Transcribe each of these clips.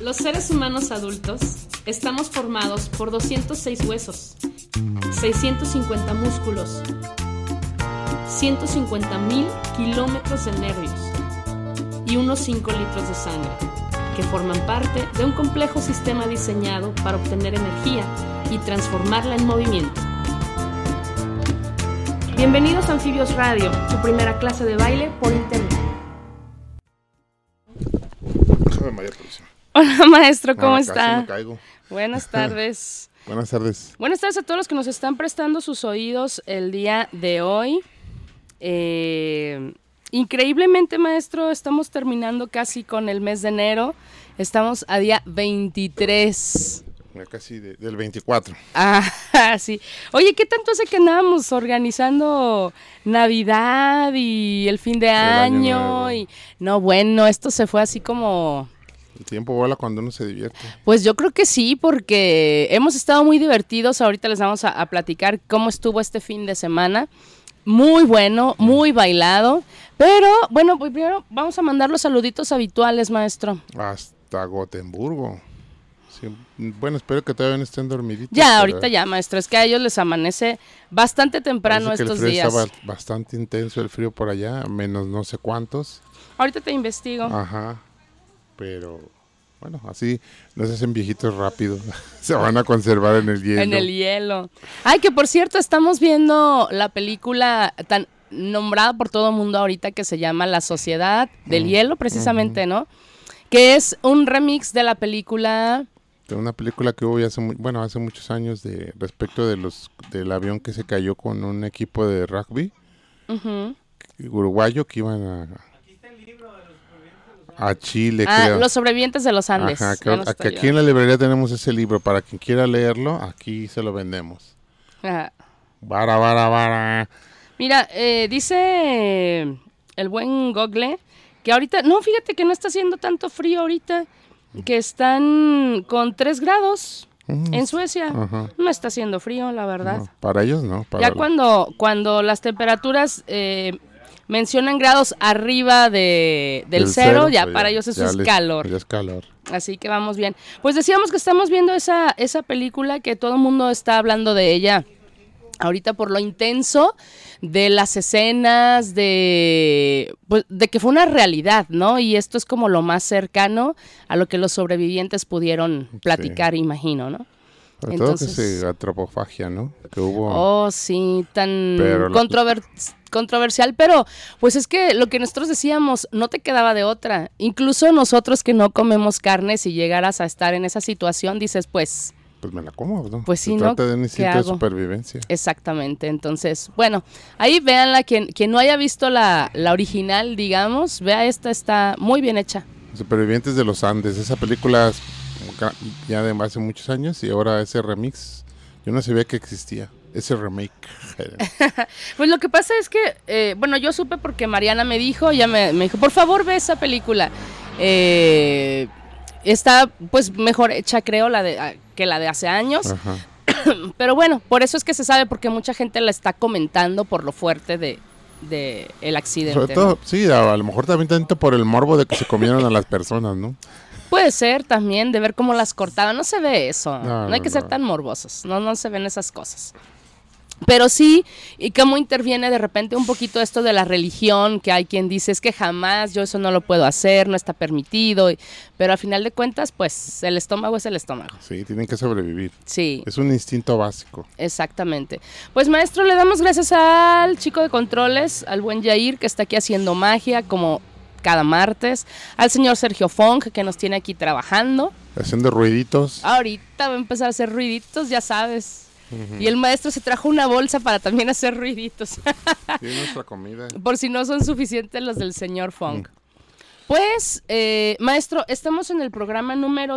Los seres humanos adultos estamos formados por 206 huesos, 650 músculos, 150,000 kilómetros de nervios y unos 5 litros de sangre, que forman parte de un complejo sistema diseñado para obtener energía y transformarla en movimiento. Bienvenidos a Anfibios Radio, tu primera clase de baile por internet. Hola maestro, ¿cómo está? Me caigo. Buenas tardes. Buenas tardes. Buenas tardes a todos los que nos están prestando sus oídos el día de hoy. Increíblemente, maestro, estamos terminando casi con el mes de enero. Estamos a día 23. Ya casi del 24. Ah, sí. Oye, ¿qué tanto hace que andábamos organizando Navidad y el fin de año? Y no, bueno, esto se fue así como... El tiempo vuela cuando uno se divierte. Pues yo creo que sí, porque hemos estado muy divertidos. Ahorita les vamos a platicar cómo estuvo este fin de semana. Muy bueno, muy bailado. Pero, bueno, pues primero vamos a mandar los saluditos habituales, maestro. Hasta Gotemburgo. Sí, bueno, espero que todavía no estén dormiditos. Ya, ahorita ya, maestro. Es que a ellos les amanece bastante temprano estos días. Estaba bastante intenso el frío por allá, menos no sé cuántos. Ahorita te investigo. Ajá. Pero, bueno, así no se hacen viejitos rápido. Se van a conservar en el hielo. En el hielo. Ay, que por cierto, estamos viendo la película tan nombrada por todo el mundo ahorita que se llama La Sociedad del Hielo, precisamente, ¿no? Que es un remix de la película... De una película que hubo ya hace muchos años respecto del avión que se cayó con un equipo de rugby uruguayo que iban a Chile, creo. Los sobrevivientes de los Andes. Ajá, que aquí en la librería tenemos ese libro. Para quien quiera leerlo, aquí se lo vendemos. Ajá. Vara. Mira, dice el buen Google que ahorita... No, fíjate que no está haciendo tanto frío ahorita, que están con 3 grados en Suecia. Ajá. No está haciendo frío, la verdad. No, para ellos no. Ya cuando las temperaturas... mencionan grados arriba del cero, ya para ellos eso es calor. Ya es calor. Así que vamos bien. Pues decíamos que estamos viendo esa película que todo el mundo está hablando de ella ahorita por lo intenso de las escenas, de que fue una realidad, ¿no? Y esto es como lo más cercano a lo que los sobrevivientes pudieron platicar, imagino, ¿no? Sobre todo que se antropofagia, ¿no? Que hubo... Oh, sí, tan controversial, pero pues es que lo que nosotros decíamos, no te quedaba de otra. Incluso nosotros que no comemos carne, si llegaras a estar en esa situación, dices, pues me la como, ¿no? Pues sí, se trata de un instinto de supervivencia. Exactamente, entonces, bueno, ahí véanla, quien no haya visto la original, digamos, vea esta, está muy bien hecha. Supervivientes de los Andes, esa película ya de hace muchos años y ahora ese remix, yo no sabía que existía, ese remake. Pues lo que pasa es que, yo supe porque Mariana me dijo, me dijo, por favor ve esa película. Está pues mejor hecha, creo, que la de hace años. Ajá. Pero bueno, por eso es que se sabe, porque mucha gente la está comentando por lo fuerte de el accidente. Sobre todo, ¿no? Sí, a lo mejor también tanto por el morbo de que se comieron a las personas, ¿no? Puede ser también, de ver cómo las cortaban. No se ve eso, no hay que ser tan morbosos, no se ven esas cosas. Pero sí, y cómo interviene de repente un poquito esto de la religión, que hay quien dice, es que jamás yo eso no lo puedo hacer, no está permitido, pero al final de cuentas, pues el estómago es el estómago. Sí, tienen que sobrevivir. Sí. Es un instinto básico. Exactamente. Pues maestro, le damos gracias al chico de controles, al buen Yair, que está aquí haciendo magia, como cada martes, al señor Sergio Fong, que nos tiene aquí trabajando. Haciendo ruiditos. Ahorita va a empezar a hacer ruiditos, ya sabes. Y el maestro se trajo una bolsa para también hacer ruiditos. Sí, nuestra comida. Por si no son suficientes los del señor Fong. Pues, maestro, estamos en el programa número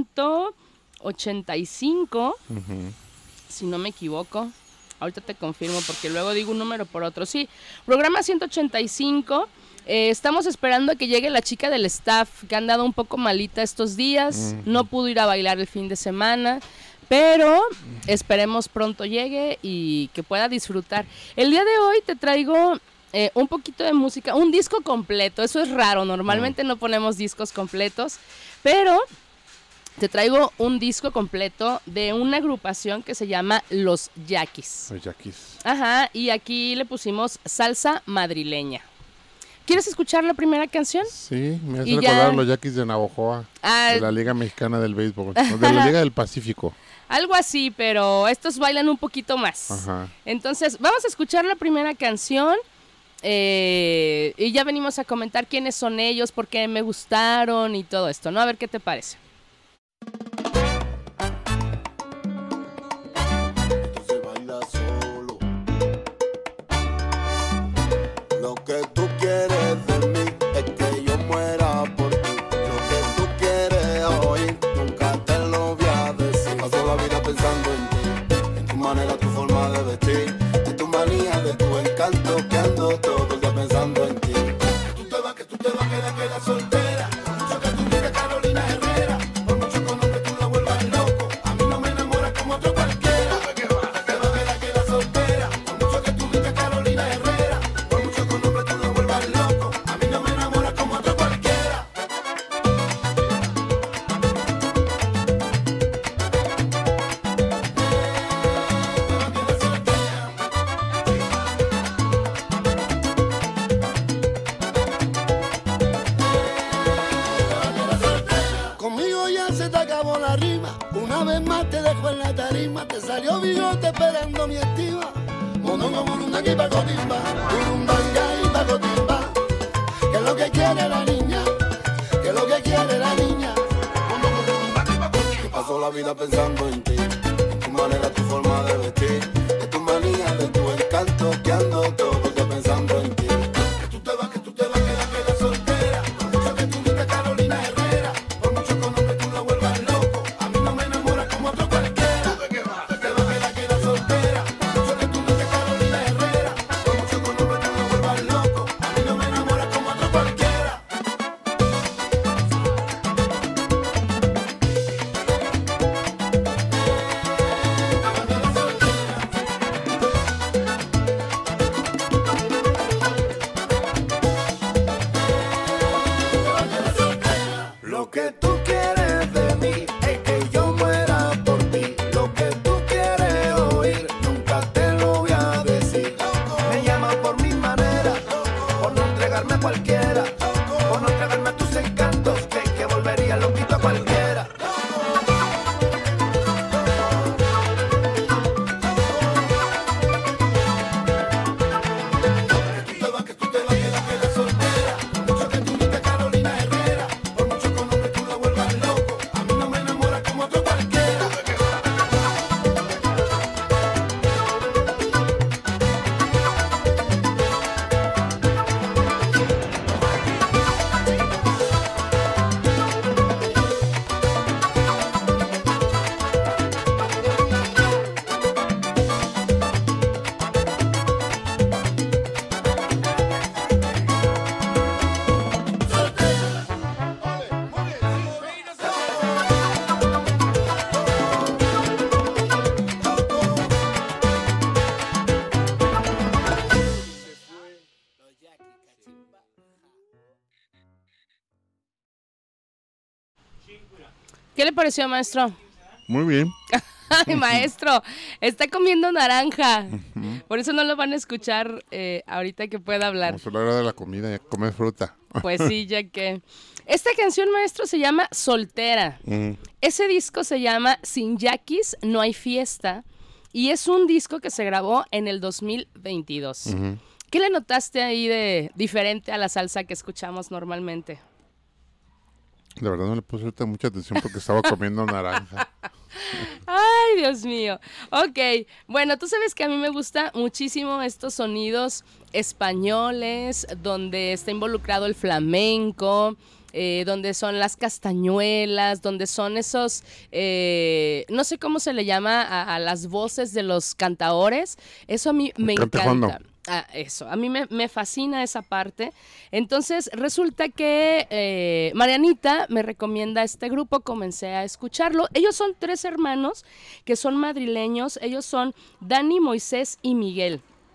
185, si no me equivoco. Ahorita te confirmo porque luego digo un número por otro. Sí, programa 185. Estamos esperando a que llegue la chica del staff, que ha andado un poco malita estos días. No pudo ir a bailar el fin de semana. Pero esperemos pronto llegue y que pueda disfrutar. El día de hoy te traigo un poquito de música, un disco completo. Eso es raro, normalmente no ponemos discos completos, pero te traigo un disco completo de una agrupación que se llama Los Yaquis. Los Yaquis. Ajá, y aquí le pusimos salsa madrileña. ¿Quieres escuchar la primera canción? Sí, me hace recordar a los Yaquis de Navojoa, de la Liga Mexicana del Béisbol, de la Liga del Pacífico. Algo así, pero estos bailan un poquito más. Ajá. Entonces, vamos a escuchar la primera canción y ya venimos a comentar quiénes son ellos, por qué me gustaron y todo esto, ¿no? A ver qué te parece. Lo que tú quieres de mí es que yo muera por ti. Lo que tú quieres oír, nunca te lo voy a decir. Paso la vida pensando en ti, en tu manera, tu forma de vestir, de tu manía, de tu encanto, que ando todo el día pensando en ti. Que tú te vas, queda soltera. Por mucho que tú digas Carolina Herrera, por mucho con hombre tú la vuelvas loco, a mí no me enamora como otro cualquiera. Que queda soltera. Por mucho que tú digas Carolina Herrera, por mucho con hombre tú la vuelvas loco, a mí no me enamora como otro cualquiera. Conmigo ya se te acabó la rima, una vez más te dejo en la tarima, te salió bigote esperando mi estima. Monongo morundaki pacotimba, urundanga y pacotimba. Que es lo que quiere la niña, que es lo que quiere la niña. Monongo morundaki pacotimba. Paso la vida pensando en ti, en tu manera, tu forma de vestir, de tu manía, de tu encanto, que ando todo el día pensando en ti. Que tú te vas, queda soltera. Por mucho que tú digas Carolina Herrera, por mucho con hombre tú la vuelvas loco, a mí no me enamora como otro cualquiera. Queda soltera. Por mucho que tú digas Carolina Herrera, por mucho con hombre tú la vuelvas loco, a mí no me enamora como otro cualquiera. Lo que tú quieres de mí es que yo muera por ti. Lo que tú quieres oír, nunca te lo voy a decir. Me llaman por mi manera, por no entregarme a cualquiera, por no entregarme a tus encantos, que volvería loquito a cualquiera. Que tú te vas, queda soltera. Por mucho que tú digas Carolina Herrera, por mucho con hombre tú la vuelvas loco, a mí no me enamora como otro cualquiera. ¿Qué le pareció, maestro? Muy bien. Ay, maestro, está comiendo naranja. Por eso no lo van a escuchar ahorita que pueda hablar. Vamos a hablar de la comida, ya comer fruta. Pues sí, ya que... Esta canción, maestro, se llama Soltera. Ese disco se llama Sin Yaquis No Hay Fiesta y es un disco que se grabó en el 2022. ¿Qué le notaste ahí de diferente a la salsa que escuchamos normalmente? La verdad no le puse ahorita mucha atención porque estaba comiendo naranja. Ay, Dios mío. Ok, bueno, tú sabes que a mí me gusta muchísimo estos sonidos españoles, donde está involucrado el flamenco, donde son las castañuelas, donde son esos, no sé cómo se le llama a las voces de los cantaores. Eso a mí me encanta. Eso, a mí me fascina esa parte. Entonces resulta que Marianita me recomienda este grupo, comencé a escucharlo. Ellos son 3 hermanos que son madrileños, ellos son Dani, Moisés y Miguel.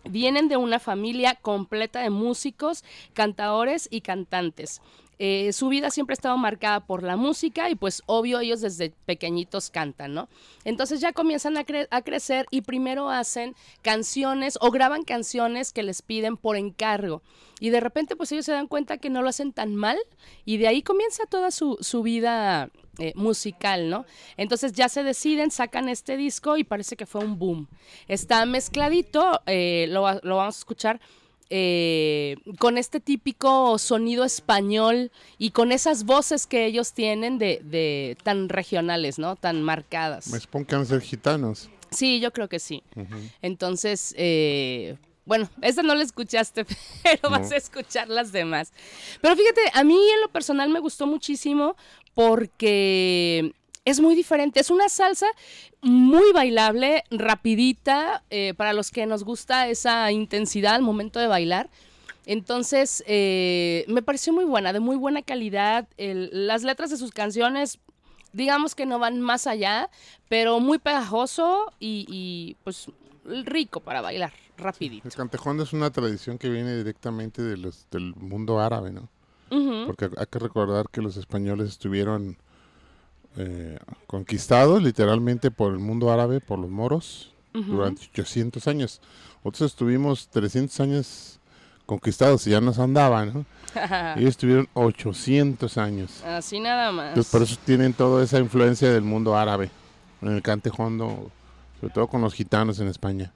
Vienen de una familia completa de músicos, cantadores y cantantes. Su vida siempre ha estado marcada por la música y pues obvio ellos desde pequeñitos cantan, ¿no? Entonces ya comienzan a crecer y primero hacen canciones o graban canciones que les piden por encargo y de repente pues ellos se dan cuenta que no lo hacen tan mal y de ahí comienza toda su vida musical, ¿no? Entonces ya se deciden, sacan este disco y parece que fue un boom. Está mezcladito, lo vamos a escuchar con este típico sonido español y con esas voces que ellos tienen de tan regionales, ¿no? Tan marcadas. Me supongo que van a ser gitanos. Sí, yo creo que sí. Entonces, bueno, esta no la escuchaste, pero vas a escuchar las demás. Pero fíjate, a mí en lo personal me gustó muchísimo porque es muy diferente. Es una salsa muy bailable, rapidita, para los que nos gusta esa intensidad al momento de bailar. Entonces, me pareció muy buena, de muy buena calidad. Las letras de sus canciones, digamos que no van más allá, pero muy pegajoso y pues rico para bailar, rapidito. El cantejón es una tradición que viene directamente del mundo árabe, ¿no? Porque hay que recordar que los españoles estuvieron conquistados literalmente por el mundo árabe, por los moros, durante 800 años. Nosotros estuvimos 300 años conquistados y ya nos andaban, ¿no? Ellos estuvieron 800 años. Así nada más. Entonces por eso tienen toda esa influencia del mundo árabe en el cantejón, sobre todo con los gitanos en España.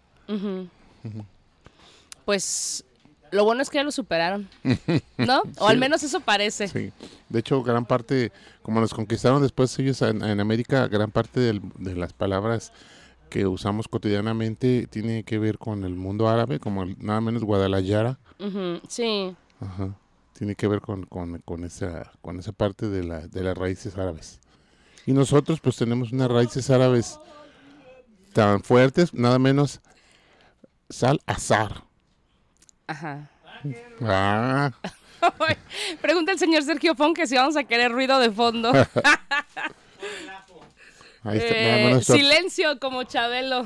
Pues lo bueno es que ya lo superaron, ¿no? O al menos eso parece. Sí. De hecho, gran parte, como nos conquistaron después ellos en América, gran parte de las palabras que usamos cotidianamente tiene que ver con el mundo árabe, como nada menos Guadalajara. Sí. Ajá. Tiene que ver con esa parte de las raíces árabes. Y nosotros pues tenemos unas raíces árabes tan fuertes, nada menos Salazar. Ajá. Pregunta el señor Sergio Fon que si vamos a querer ruido de fondo. Ahí está, nada menos silencio como Chabelo.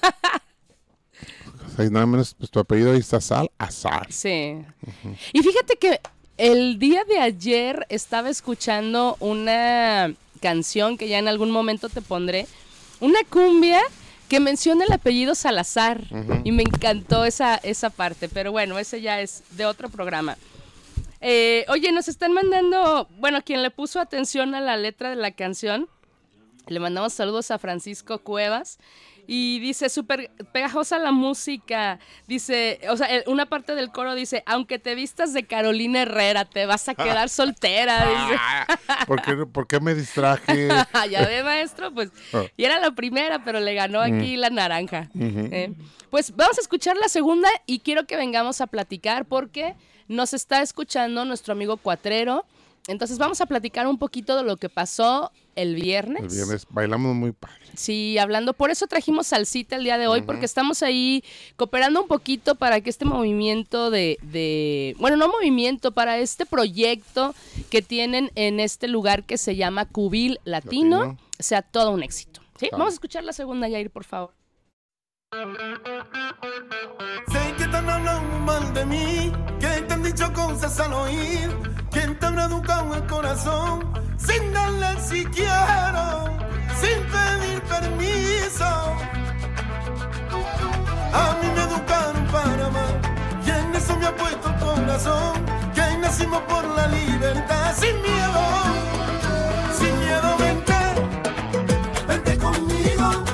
Ahí nada menos pues, tu apellido ahí está Salazar. Sí. Y fíjate que el día de ayer estaba escuchando una canción que ya en algún momento te pondré, una cumbia que menciona el apellido Salazar, y me encantó esa parte, pero bueno, ese ya es de otro programa. Oye, nos están mandando, bueno, quien le puso atención a la letra de la canción, le mandamos saludos a Francisco Cuevas, y dice, súper pegajosa la música, dice, o sea, una parte del coro dice, aunque te vistas de Carolina Herrera, te vas a quedar soltera, dice. ¿Por qué me distraje? Ya ve, maestro, pues, y era la primera, pero le ganó aquí la naranja. Pues vamos a escuchar la segunda y quiero que vengamos a platicar porque nos está escuchando nuestro amigo Cuatrero. Entonces vamos a platicar un poquito de lo que pasó el viernes. El viernes bailamos muy padre. Sí, hablando, por eso trajimos salsita el día de hoy, porque estamos ahí cooperando un poquito para que este movimiento bueno, no movimiento, para este proyecto que tienen en este lugar que se llama Cubil Latino, sea todo un éxito. ¿Sí? Vamos a escuchar la segunda, Yair, por favor. Sé que te han hablado mal de mí, que te han dicho cosas al oír, quien te habrá educado el corazón, sin darle siquiera, sin pedir permiso. A mí me educaron para amar, y en eso me ha puesto el corazón, que ahí nacimos por la libertad, sin miedo, vente, vente conmigo.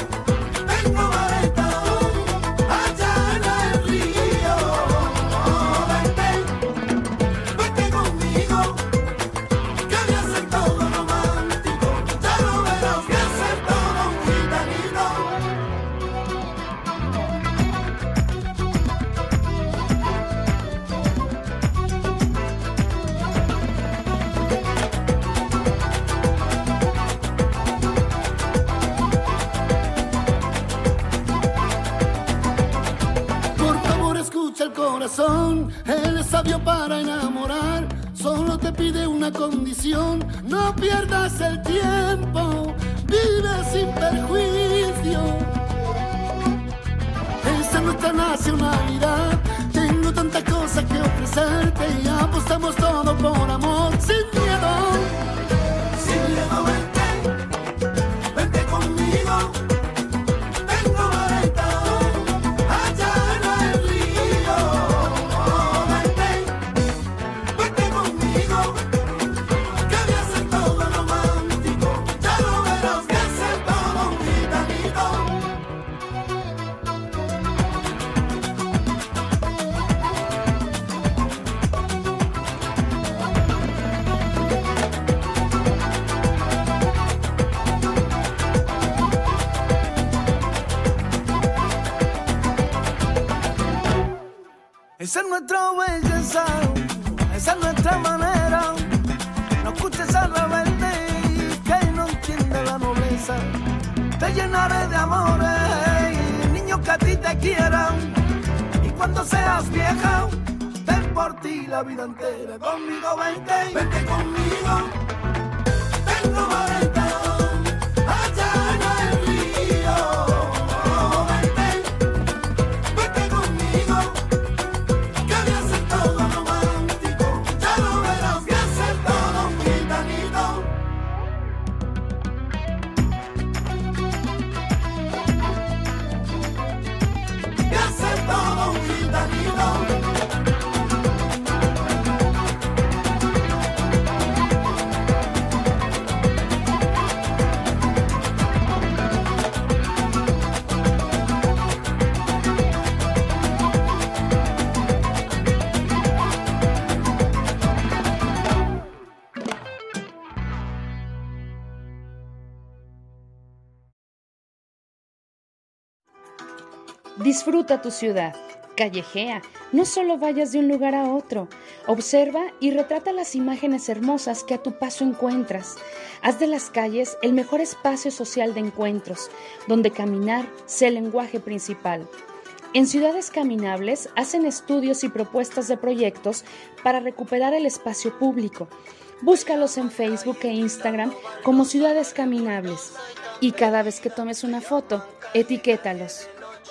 Él es sabio para enamorar, solo te pide una condición: no pierdas el tiempo, vive sin perjuicio. Es nuestra nacionalidad. Tengo tantas cosas que ofrecerte y apostamos todo por amor, sin miedo. Sin miedo, vente conmigo. Tengo boleto allá en el río. Vente conmigo, que voy a hacer todo romántico. Ya lo verás, voy a hacer todo un gitanito. Esa es nuestra belleza, esa es nuestra manera. No escuches al rebelde que no entiende la nobleza. Te llenaré de amores, niños que a ti te quieran. Y cuando seas vieja, ten por ti la vida entera. Conmigo vente conmigo. Tengo boleto allá en el río. Vente conmigo. Que voy a hacer todo romántico. Ya lo verás, voy a hacer todo un gitanito. Voy a hacer todo un gitanito. Disfruta tu ciudad, callejea, no solo vayas de un lugar a otro, observa y retrata las imágenes hermosas que a tu paso encuentras. Haz de las calles el mejor espacio social de encuentros, donde caminar sea el lenguaje principal. En Ciudades Caminables hacen estudios y propuestas de proyectos para recuperar el espacio público. Búscalos en Facebook e Instagram como Ciudades Caminables y cada vez que tomes una foto, etiquétalos.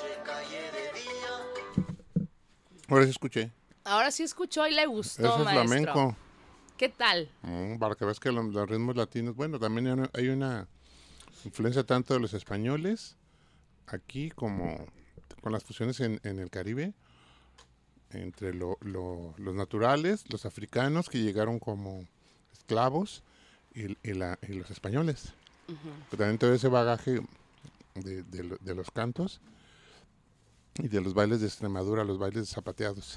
Ahora sí escuché. Ahora sí escuchó y le gustó, Eso es maestro. flamenco. ¿Qué tal? Para que veas que los ritmos latinos, bueno, también hay una influencia tanto de los españoles aquí como con las fusiones en el Caribe, entre los naturales, los africanos que llegaron como esclavos y los españoles. Pero también todo ese bagaje de los cantos y de los bailes de Extremadura, los bailes zapateados.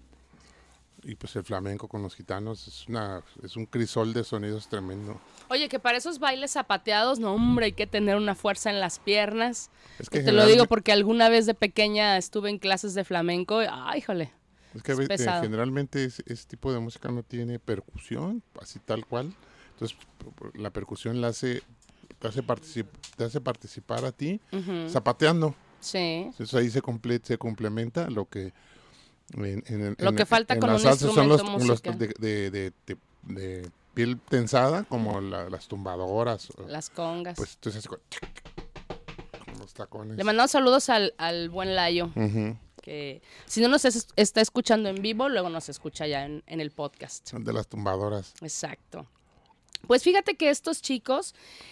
Y pues el flamenco con los gitanos es un crisol de sonidos tremendo. Oye, que para esos bailes zapateados, no hombre, hay que tener una fuerza en las piernas. Es que Te lo digo porque alguna vez de pequeña estuve en clases de flamenco. Ay, híjole. Es que pesado. generalmente ese tipo de música no tiene percusión, así tal cual. Entonces la percusión te hace participar a ti zapateando. Sí. Entonces ahí se complementa lo que Lo que falta en con la un salsa son los musical. de piel tensada, como las tumbadoras. Las congas. Pues entonces así con los tacones. Le mandamos saludos al buen Layo, que si no nos está escuchando en vivo, luego nos escucha ya en el podcast. Son de las tumbadoras. Exacto. Pues fíjate que estos chicos,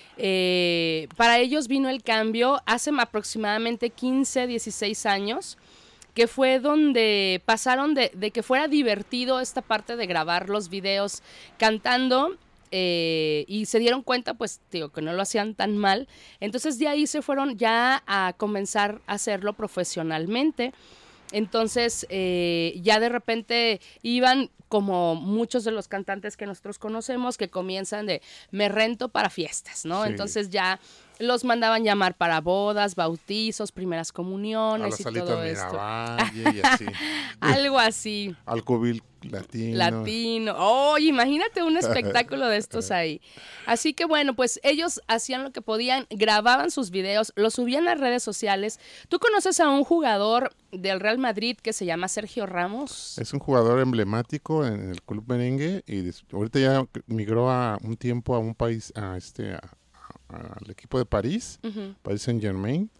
para ellos vino el cambio hace aproximadamente 15, 16 años, que fue donde pasaron de que fuera divertido esta parte de grabar los videos cantando, y se dieron cuenta, pues, digo, que no lo hacían tan mal. Entonces de ahí se fueron ya a comenzar a hacerlo profesionalmente. Entonces, ya de repente iban como muchos de los cantantes que nosotros conocemos, que comienzan de me rento para fiestas, ¿no? Sí. Entonces ya los mandaban llamar para bodas, bautizos, primeras comuniones y todo esto. Miravalle y así. Algo así. Alcovil latino. Oye, imagínate un espectáculo de estos ahí. Así que bueno, pues ellos hacían lo que podían, grababan sus videos, los subían a redes sociales. ¿Tú conoces a un jugador del Real Madrid que se llama Sergio Ramos? Es un jugador emblemático en el club merengue y ahorita ya migró a un tiempo a un país, al equipo de París, Paris Saint-Germain,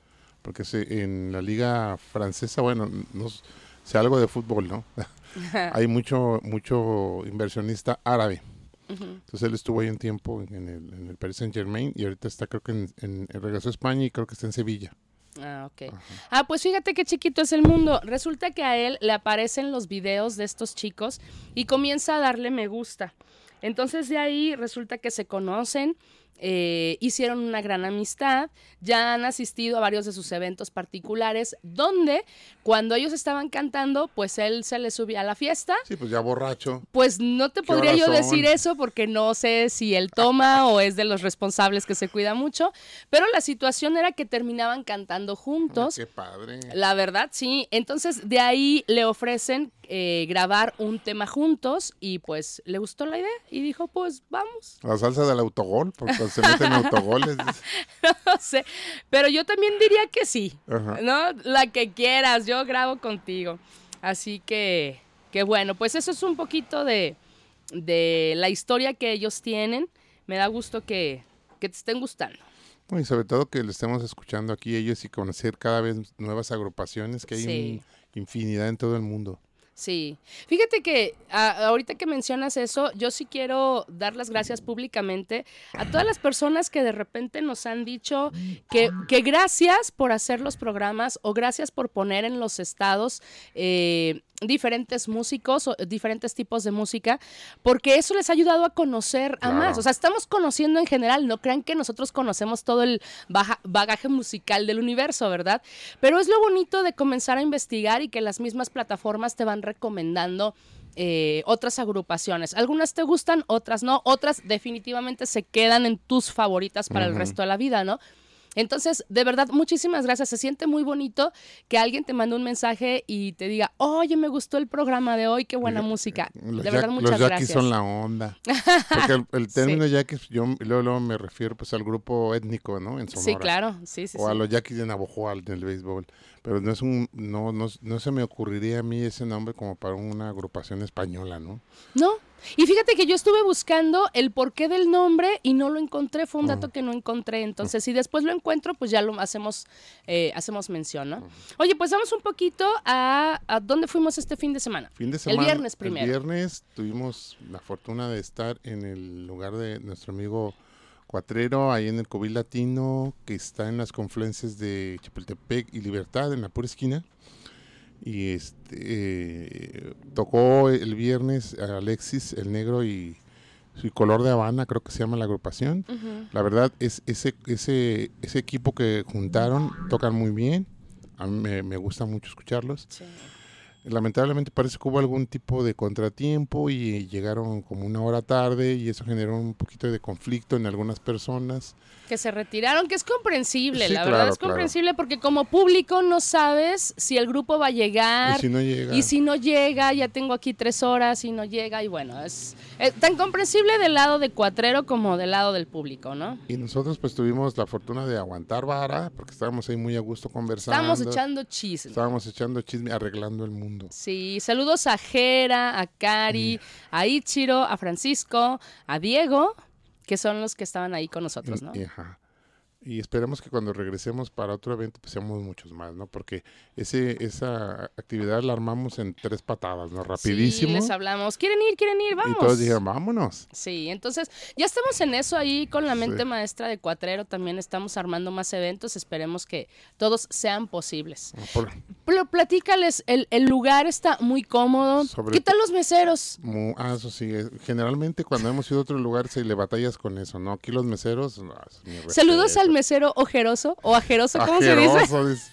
porque en la liga francesa, bueno, no sé algo de fútbol, ¿no? Hay mucho inversionista árabe. Entonces él estuvo ahí un tiempo en el Paris Saint-Germain y ahorita está, creo que regresó a España y creo que está en Sevilla. Ah, ok. Pues fíjate qué chiquito es el mundo. Resulta que a él le aparecen los videos de estos chicos y comienza a darle me gusta. Entonces de ahí resulta que se conocen, hicieron una gran amistad, ya han asistido a varios de sus eventos particulares, donde cuando ellos estaban cantando, pues él se le subía a la fiesta. Sí, pues ya borracho. Pues no te podría yo decir eso porque no sé si él toma o es de los responsables que se cuida mucho, pero la situación era que terminaban cantando juntos. Qué padre. La verdad, sí. Entonces de ahí le ofrecen grabar un tema juntos y pues le gustó la idea y dijo, pues vamos. La salsa del autogol, porque se meten autogoles. No sé, pero yo también diría que sí. Ajá. ¿No? La que quieras, yo grabo contigo. Así que bueno, pues eso es un poquito de la historia que ellos tienen. Me da gusto que te estén gustando. Y sobre todo que le estemos escuchando aquí ellos y conocer cada vez nuevas agrupaciones que hay infinidad en todo el mundo. Sí, fíjate que ahorita que mencionas eso, yo sí quiero dar las gracias públicamente a todas las personas que de repente nos han dicho que gracias por hacer los programas o gracias por poner en los estados diferentes músicos o diferentes tipos de música, porque eso les ha ayudado a conocer a más. O sea, estamos conociendo en general, no crean que nosotros conocemos todo el bagaje musical del universo, ¿verdad? Pero es lo bonito de comenzar a investigar y que las mismas plataformas te van recomendando otras agrupaciones. Algunas te gustan, otras no, otras definitivamente se quedan en tus favoritas para el resto de la vida, ¿no? Entonces, de verdad, muchísimas gracias. Se siente muy bonito que alguien te mande un mensaje y te diga, oye, me gustó el programa de hoy, qué buena música. De verdad, muchas gracias. Los yaquis son la onda. Porque el término yaquis, yo luego me refiero pues al grupo étnico, ¿no? En Sonora. Sí, claro. Sí. O a los yaquis de Navojoa, del béisbol. Pero no se me ocurriría a mí ese nombre como para una agrupación española, ¿no? No. Y fíjate que yo estuve buscando el porqué del nombre y no lo encontré, fue un dato que no encontré, entonces si después lo encuentro, pues ya lo hacemos mención, ¿no? Oye, pues vamos un poquito a dónde fuimos este fin de semana. El viernes primero. El viernes tuvimos la fortuna de estar en el lugar de nuestro amigo Cuatrero, ahí en el Cobil Latino, que está en las confluencias de Chapultepec y Libertad, en la pura esquina. Y tocó el viernes a Alexis, el Negro y su Color de Habana, creo que se llama la agrupación. La verdad, ese equipo que juntaron, tocan muy bien. A mí me gusta mucho escucharlos. Sí. Lamentablemente parece que hubo algún tipo de contratiempo y llegaron como una hora tarde y eso generó un poquito de conflicto en algunas personas. Que se retiraron, que es comprensible, sí, la verdad es comprensible porque como público no sabes si el grupo va a llegar. Y si no llega, ya tengo aquí 3 horas y no llega y bueno, es tan comprensible del lado de Cuatrero como del lado del público, ¿no? Y nosotros pues tuvimos la fortuna de aguantar vara porque estábamos ahí muy a gusto conversando. Estábamos echando chisme. Arreglando el mundo. Sí, saludos a Jera, a Cari, a Ichiro, a Francisco, a Diego, que son los que estaban ahí con nosotros, ¿no? Ajá. Y esperemos que cuando regresemos para otro evento pues seamos muchos más, ¿no? Porque esa actividad la armamos en 3 patadas, ¿no? Rapidísimo. Sí, les hablamos, ¿quieren ir? Vamos. Y todos dijeron, vámonos. Sí, entonces ya estamos en eso ahí con la mente maestra de Cuatrero, también estamos armando más eventos, esperemos que todos sean posibles. Pero platícales, el lugar está muy cómodo. ¿Qué tal los meseros? Eso sí, generalmente cuando hemos ido a otro lugar se le batallas con eso, ¿no? Aquí los meseros, saludos al mesero ojeroso o ajeroso, ¿cómo se dice?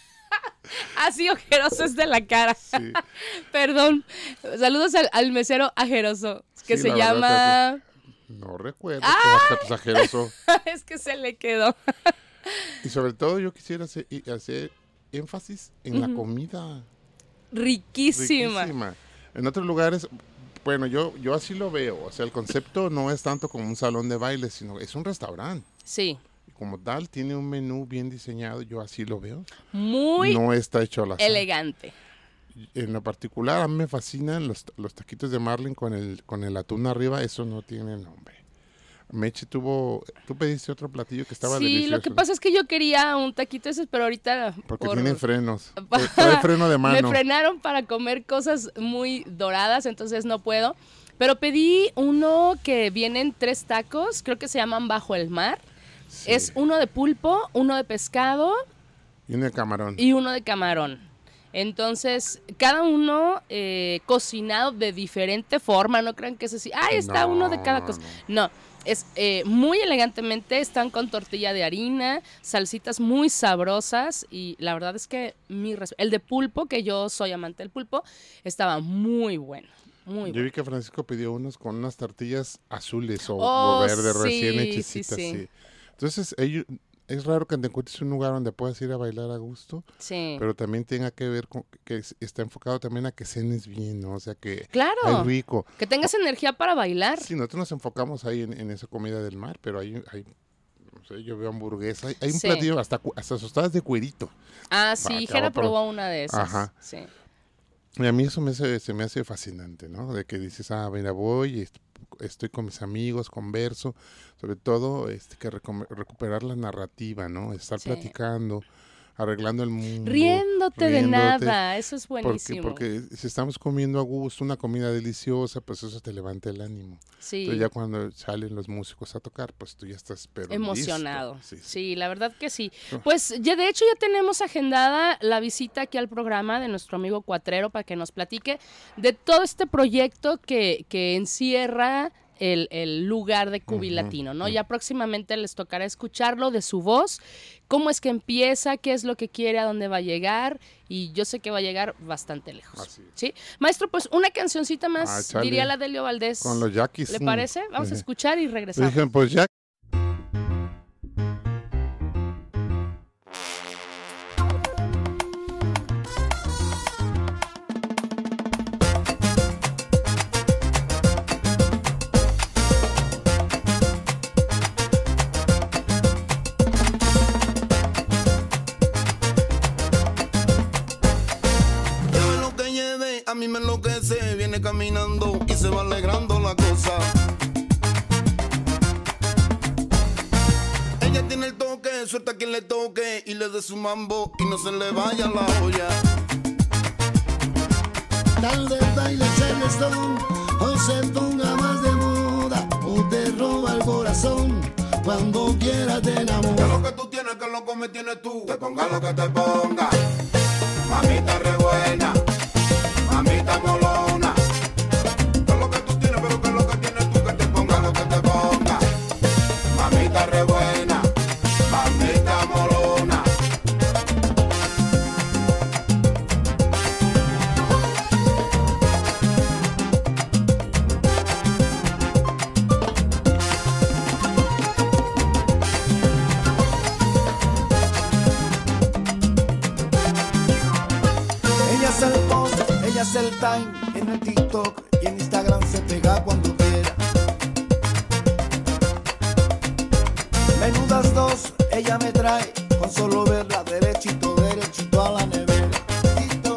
Así ojeroso es de la cara. Sí. Perdón. Saludos al mesero ajeroso, que se llama... No recuerdo. Pues ajeroso. Es que se le quedó. Y sobre todo yo quisiera hacer énfasis en la comida. Riquísima. En otros lugares, bueno, yo así lo veo. O sea, el concepto no es tanto como un salón de baile, sino es un restaurante. Sí. Como tal, tiene un menú bien diseñado, yo así lo veo. Muy no está hecho al azar. Elegante. En lo particular, a mí me fascinan los taquitos de marlin con el atún arriba, eso no tiene nombre. Meche tú pediste otro platillo que estaba Sí, delicioso. lo que pasa es que yo quería un taquito ese, pero ahorita... Porque tiene frenos. Trae freno de mano. Me frenaron para comer cosas muy doradas, entonces no puedo. Pero pedí uno que vienen 3 tacos, creo que se llaman Bajo el Mar. Sí. Es uno de pulpo, uno de pescado Y uno de camarón. y uno de camarón. Entonces, cada uno cocinado de diferente forma, no crean que es así, está uno de cada cosa. No, es muy elegantemente, están con tortilla de harina, salsitas muy sabrosas y la verdad es que el de pulpo, que yo soy amante del pulpo, estaba muy bueno. Yo vi que Francisco pidió unos con unas tortillas azules o verdes recién hechecitas. Sí. Entonces, es raro que te encuentres un lugar donde puedas ir a bailar a gusto, sí, pero también tenga que ver con que está enfocado también a que cenes bien, ¿no? O sea, que claro, es rico. Que tengas energía para bailar. Sí, nosotros nos enfocamos ahí en esa comida del mar, pero hay no sé, yo veo hamburguesa, hay un platillo hasta tostadas de cuerito. Sí, Jera probó una de esas. Ajá. Sí. Y a mí eso se me hace fascinante, ¿no? De que dices, mira, voy, estoy con mis amigos, converso, sobre todo que recuperar la narrativa, ¿no? Estar platicando, arreglando el mundo. Riéndote de nada, eso es buenísimo. Porque si estamos comiendo a gusto, una comida deliciosa, pues eso te levanta el ánimo. Sí. Entonces ya cuando salen los músicos a tocar, pues tú ya estás emocionado. Listo. Sí, la verdad que sí. Pues ya de hecho ya tenemos agendada la visita aquí al programa de nuestro amigo Cuatrero para que nos platique de todo este proyecto que encierra el lugar de Cubilatino, ¿no? Ya próximamente les tocará escucharlo de su voz, cómo es que empieza, qué es lo que quiere, a dónde va a llegar, y yo sé que va a llegar bastante lejos. ¿Sí? Maestro, pues una cancioncita más, diría la Delio Valdés. Con los Yaquis. ¿Le parece? Vamos a escuchar y regresar. Dije, pues ya. A mí me enloquece, viene caminando y se va alegrando la cosa. Ella tiene el toque, suelta a quien le toque y le dé su mambo y no se le vaya la olla. Tal vez baile Charleston o se ponga más de moda o te roba el corazón cuando quiera te enamora. Que lo que tú tienes, que loco me tienes tú. Te ponga lo que te ponga, mamita re buena. Mamita molona, que lo que tú tienes, pero que lo que tienes tú, que te ponga lo que te ponga. Mamita re buena, mamita molona. Ella es el post, ella es el time, en el TikTok y en Instagram se pega cuando quiera. Menudas dos, ella me trae, con solo verla derechito, derechito a la nevera. Tito,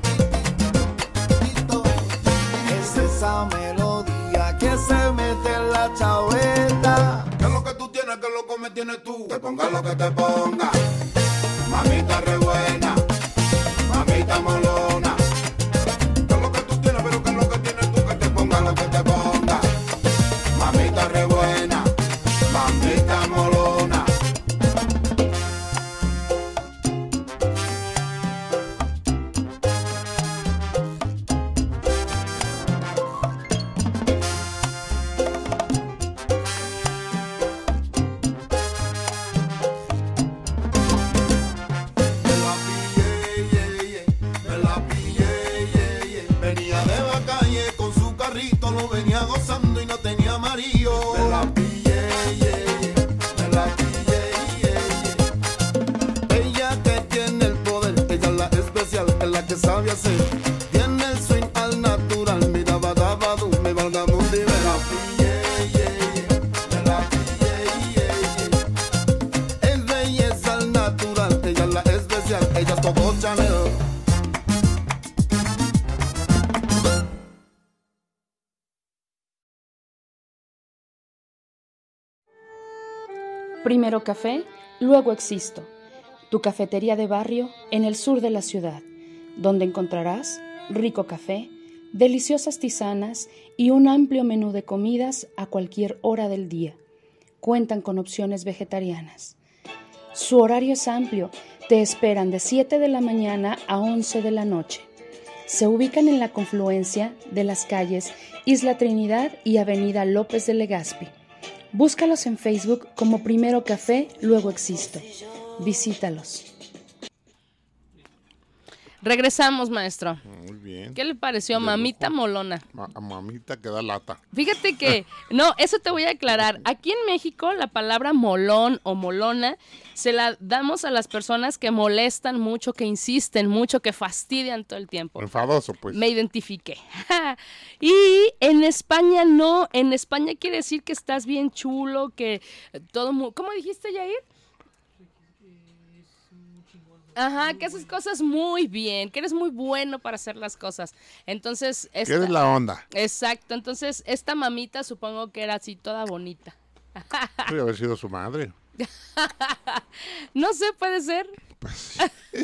tito, es esa melodía que se mete en la chaveta. Que lo que tú tienes, que loco me tienes tú. Te ponga lo que te ponga, mamita re buena, mamita molona. Que lo que tú tienes, pero que lo que tienes tú, que te ponga lo que te ponga. Mamita re buena, mamita molona. Me la pillé, venía de la calle con su carrito, lo venía gozando y no tenía amarillo. Me la pillé, me la pillé. Ella que tiene el poder, ella es la especial, es la que sabe hacer. Tiene el swing al natural, mi dabadabadu, me valga mundi. Me la pillé, me la pillé. Es belleza al natural, ella es la especial, ella es todo Chanel. Primero café, luego existo. Tu cafetería de barrio en el sur de la ciudad, donde encontrarás rico café, deliciosas tisanas y un amplio menú de comidas a cualquier hora del día. Cuentan con opciones vegetarianas. Su horario es amplio, te esperan de 7 de la mañana a 11 de la noche. Se ubican en la confluencia de las calles Isla Trinidad y Avenida López de Legazpi. Búscalos en Facebook como Primero Café, luego existo. Visítalos. Regresamos, maestro. Muy bien. ¿Qué le pareció? De Mamita lujo. molona. Mamita que da lata. Fíjate que, no, eso te voy a aclarar. Aquí en México la palabra molón o molona se la damos a las personas que molestan mucho, que insisten mucho, que fastidian todo el tiempo. Enfadoso, pues. Me identifiqué. Y en España no, en España quiere decir que estás bien chulo, que todo muy... ¿Cómo dijiste, Yair? Ajá, que haces cosas muy bien, que eres muy bueno para hacer las cosas. Entonces, ¿Qué es la onda? Exacto, entonces esta mamita supongo que era así toda bonita. Podría haber sido su madre. No sé, puede ser. Pues,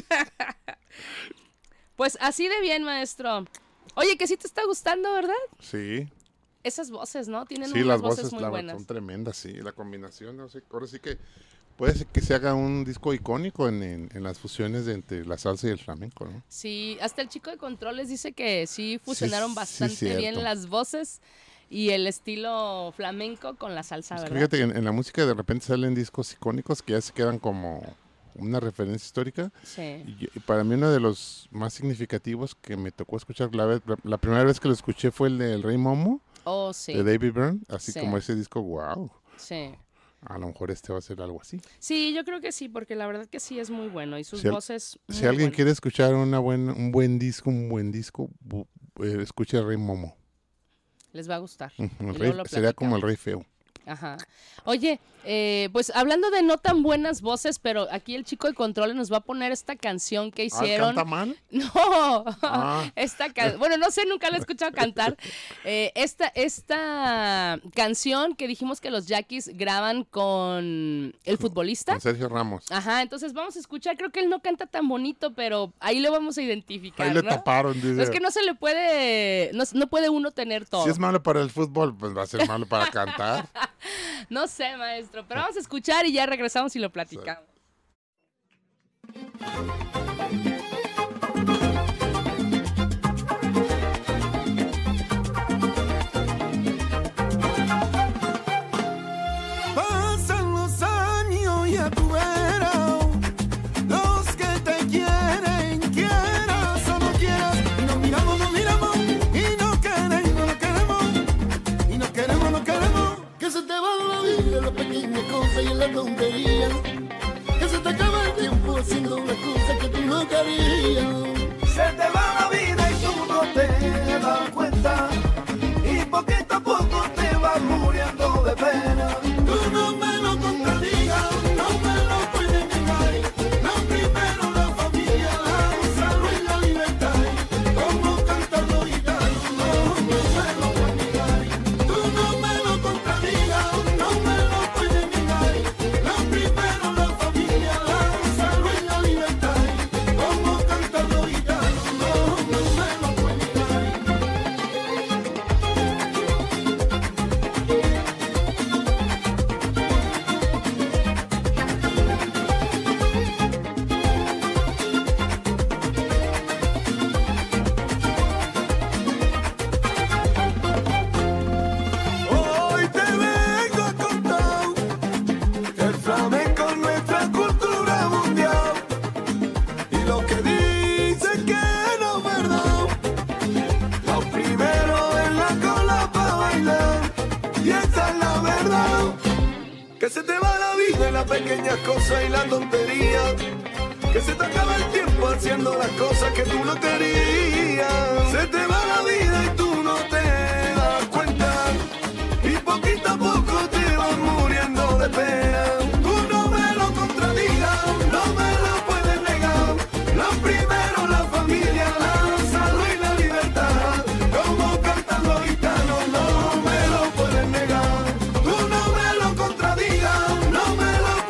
Pues así de bien, maestro. Oye, que sí te está gustando, ¿verdad? sí. Esas voces, ¿no? Tienen Sí, unas las voces voces muy buenas. son tremendas, sí. La combinación, no sé, ahora sí que puede ser que se haga un disco icónico en las fusiones entre la salsa y el flamenco, ¿no? Sí, hasta el chico de controles dice que sí fusionaron Sí, bastante cierto. bien las voces y el estilo flamenco con la salsa, Es que ¿verdad? fíjate que en la música de repente salen discos icónicos que ya se quedan como una referencia histórica. Sí. Y para mí uno de los más significativos que me tocó escuchar, la primera vez que lo escuché fue el del Rey Momo, Oh, sí. de David Byrne, así Sí. como ese disco, wow, Sí. a lo mejor este va a ser algo así. Sí, yo creo que sí, porque la verdad que sí es muy bueno y sus Si voces Si muy alguien buenas. quiere escuchar un buen disco, escuche el Rey Momo. Les va a gustar. El Y rey- luego lo sería como el platicamos. Rey Feo. Ajá. Oye, pues hablando de no tan buenas voces, pero aquí el chico de controles nos va a poner esta canción que hicieron. ¿Canta mal? No, Ah. bueno, no sé, nunca la he escuchado cantar. Esta canción que dijimos que los Yaquis graban con el futbolista. Con Sergio Ramos. Ajá, entonces vamos a escuchar, creo que él no canta tan bonito, pero ahí lo vamos a identificar, Ahí le ¿no? taparon, dice. Es que no se le puede, no puede uno tener todo. Si es malo para el fútbol, pues va a ser malo para cantar. No sé, maestro, pero vamos a escuchar y ya regresamos y lo platicamos. Pasan los años y a tu verás, los que te quieren, quieras o no quieras, y nos miramos y no queremos, y no queremos, Que se te va la vida en las pequeñas cosas y en la tontería. Que se te acaba el tiempo haciendo una cosa que tú no querías. se te va la vida y tú no te das cuenta, y poquito a poco te vas muriendo de pena. Tú no me lo contradigas, no me lo puedes negar. La primero la familia, la salud y la libertad. Como cantan los gitanos, no me lo puedes negar. Tú no me lo contradigas, no me lo puedes negar. La primero la familia, la salud y la libertad. Como cantan los gitanos, no me lo puedes negar. Hoy te vengo a contar que el flamenco es nuestra cultura mundial, y lo que dicen que no es verdad. Lo primero en la cola para bailar, y esa es la verdad. Que se te va la vida en las pequeñas cosas y la tontería, que se te acaba el tiempo haciendo las cosas que tú no querías. Se te va la vida y tú no te das cuenta, y poquito a poco te vas muriendo de pena. Tú no me lo contradigas, no me lo puedes negar. Lo primero la familia, la salud y la libertad. Como cantan los gitanos, no me lo puedes negar. Tú no me lo contradigas, no me lo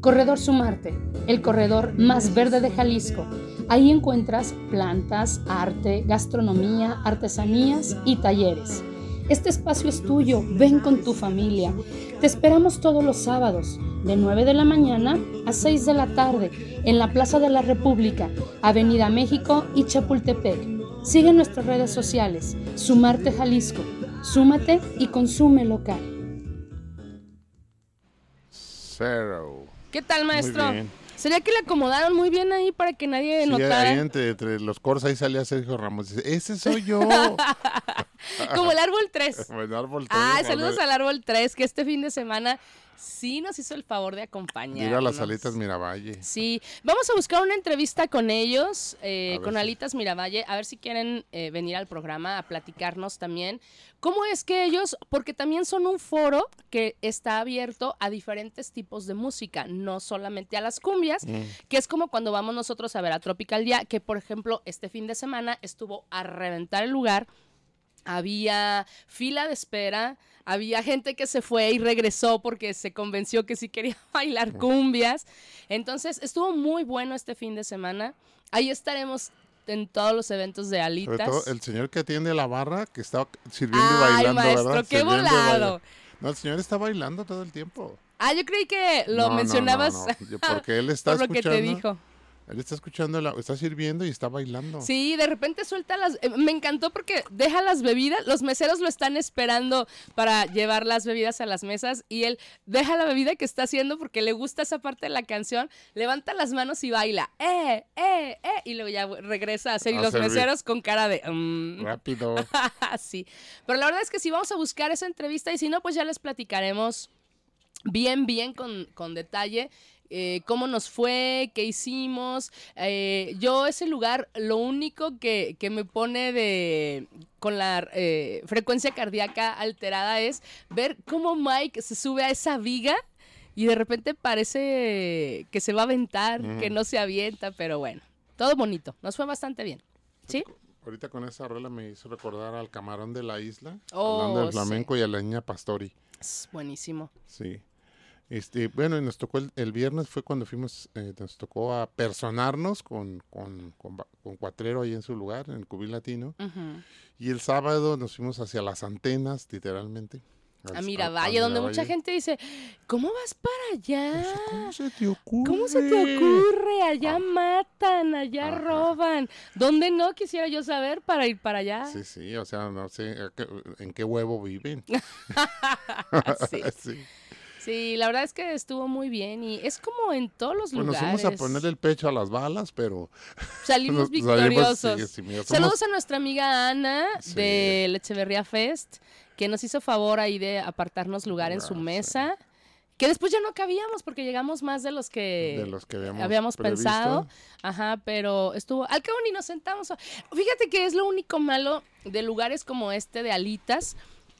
Corredor Sumarte, el corredor más verde de Jalisco. Ahí encuentras plantas, arte, gastronomía, artesanías y talleres. Este espacio es tuyo, ven con tu familia. Te esperamos todos los sábados, de 9 de la mañana a 6 de la tarde, en la Plaza de la República, Avenida México y Chapultepec. Sigue nuestras redes sociales, Sumarte Jalisco. Súmate y consume local. Cero. ¿Qué tal, maestro? Muy bien. ¿Sería que le acomodaron muy bien ahí para que nadie Sí, notara? ahí entre los coros ahí salía Sergio Ramos. Dice, ese soy yo. Como el árbol 3. El árbol 3. Ah, saludos al árbol 3, que este fin de semana sí nos hizo el favor de acompañarnos. Ir a las Alitas Miravalle. Sí, vamos a buscar una entrevista con ellos, con si- Alitas Miravalle, a ver si quieren venir al programa a platicarnos también. ¿Cómo es que ellos, porque también son un foro que está abierto a diferentes tipos de música, no solamente a las cumbias, que es como cuando vamos nosotros a ver a Tropical Día, que por ejemplo este fin de semana estuvo a reventar el lugar. Había fila de espera, había gente que se fue y regresó porque se convenció que sí quería bailar cumbias. Entonces estuvo muy bueno este fin de semana. Ahí estaremos en todos los eventos de Sobre Alitas. todo el señor que atiende la barra, que estaba sirviendo y Ay, bailando, maestro, ¿verdad? qué Sirviendo y volado. bailando. No, el señor está bailando todo el tiempo. Ah, yo creí que lo No, mencionabas no. Porque él está por lo que escuchando. te dijo. Él está escuchando, está sirviendo y está bailando. Sí, de repente suelta las... me encantó porque deja las bebidas, los meseros lo están esperando para llevar las bebidas a las mesas y él deja la bebida que está haciendo porque le gusta esa parte de la canción, levanta las manos y baila, y luego ya regresa a hacer y A los servir. meseros con cara de... Rápido. Sí, pero la verdad es que sí, vamos a buscar esa entrevista y si no, pues ya les platicaremos bien con detalle. Cómo nos fue, qué hicimos. Yo ese lugar, lo único que me pone con la frecuencia cardíaca alterada es ver cómo Mike se sube a esa viga y de repente parece que se va a aventar, que no se avienta, pero bueno, todo bonito, nos fue bastante bien. ¿Sí? Ahorita con esa rola me hizo recordar al Camarón de la Isla, Oh, hablando del sí. flamenco y a la niña Pastori. Es buenísimo. Sí. Bueno, y nos tocó el viernes fue cuando fuimos, nos tocó apersonarnos con Cuatrero ahí en su lugar, en el Cubil Latino. Ujú. Y el sábado nos fuimos hacia las antenas, literalmente. A Miravalle, donde mucha Miravalle. gente dice, ¿cómo vas para allá? ¿Cómo se te ocurre? ¿Cómo se te ocurre? Allá matan, allá Ajá. roban. ¿Dónde no quisiera yo saber para ir para allá? Sí, o sea, no sé en qué huevo viven. Sí. Sí. Sí, la verdad es que estuvo muy bien y es como en todos los Pues nos lugares. fuimos a poner el pecho a las balas, pero Salimos nos- victoriosos. sí, mira, somos- Saludos a nuestra amiga Ana Sí. de Echeverría Fest, que nos hizo favor ahí de apartarnos lugar en su Sí. mesa. Que después ya no cabíamos porque llegamos más de los que habíamos previsto. pensado. Ajá, pero estuvo... Al cabo ni nos sentamos. Fíjate que es lo único malo de lugares como este de Alitas,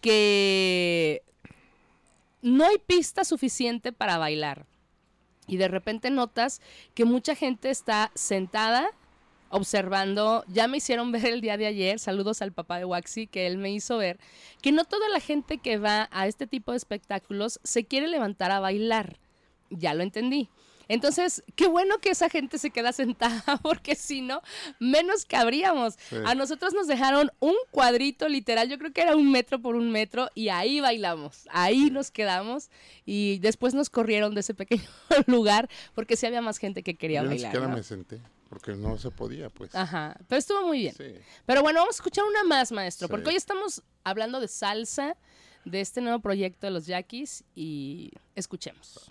que no hay pista suficiente para bailar. Y de repente notas que mucha gente está sentada observando. Ya me hicieron ver el día de ayer, saludos al papá de Waxi, que él me hizo ver, que no toda la gente que va a este tipo de espectáculos se quiere levantar a bailar. Ya lo entendí. Entonces, qué bueno que esa gente se queda sentada, porque si no, menos cabríamos. Sí. A nosotros nos dejaron un cuadrito literal, yo creo que era 1 metro por 1 metro, y ahí bailamos, ahí nos quedamos, y después nos corrieron de ese pequeño lugar, porque sí había más gente que quería Yo ni bailar, siquiera ¿no? me senté, porque no se podía, pues. Ajá, pero estuvo muy bien. Sí. Pero bueno, vamos a escuchar una más, maestro, Sí. porque hoy estamos hablando de salsa, de este nuevo proyecto de los Yaquis, y escuchemos.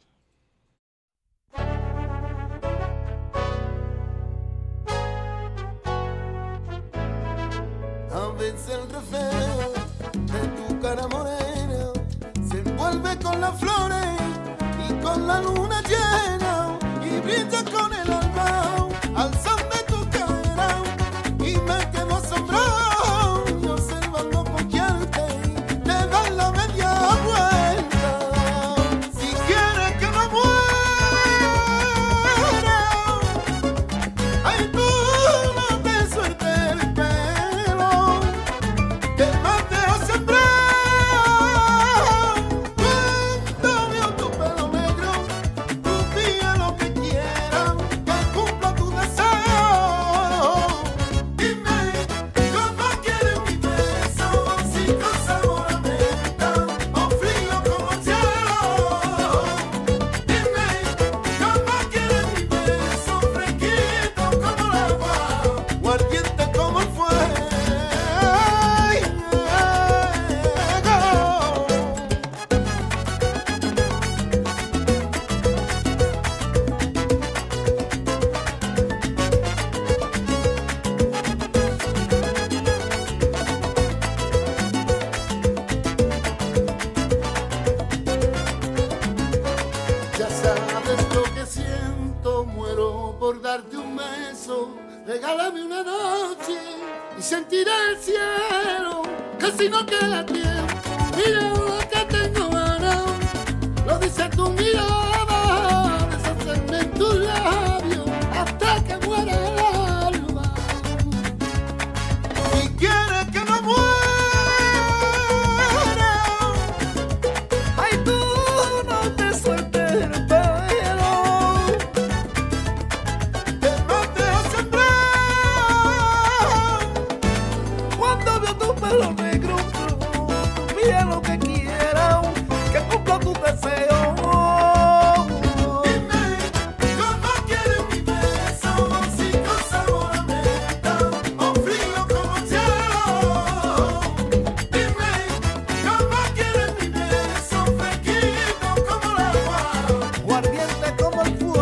A veces el reflejo de tu cara morena se envuelve con las flores y con la luna llena y brilla con el alma al son de tu cadera y me quedo asombrado y observando coquearte te dan la media vuelta. Si quieres que me muera, ay tú no te sueltes el pelo, que más te hace sembrar. Cuando veo tu pelo negro, tu piel por darte un beso. Regálame una noche y sentiré el cielo. Que si no queda tiempo, mira lo que tengo ganado. Lo dice tu mirada, deshacerme en tus labios hasta que muera el alma. Si quieres que no muera, ay, tú no te sueltes el pelo, que no te dejes sembrar. Cuando veo tu pelo negro, mira lo que quiera, que cumpla tu deseo. Dime, ¿cómo quieres mi beso? Si con sabor a menta o frío como el cielo. Dime, ¿cómo quieres mi beso? Fresquito como el agua o ardiente como el fuego.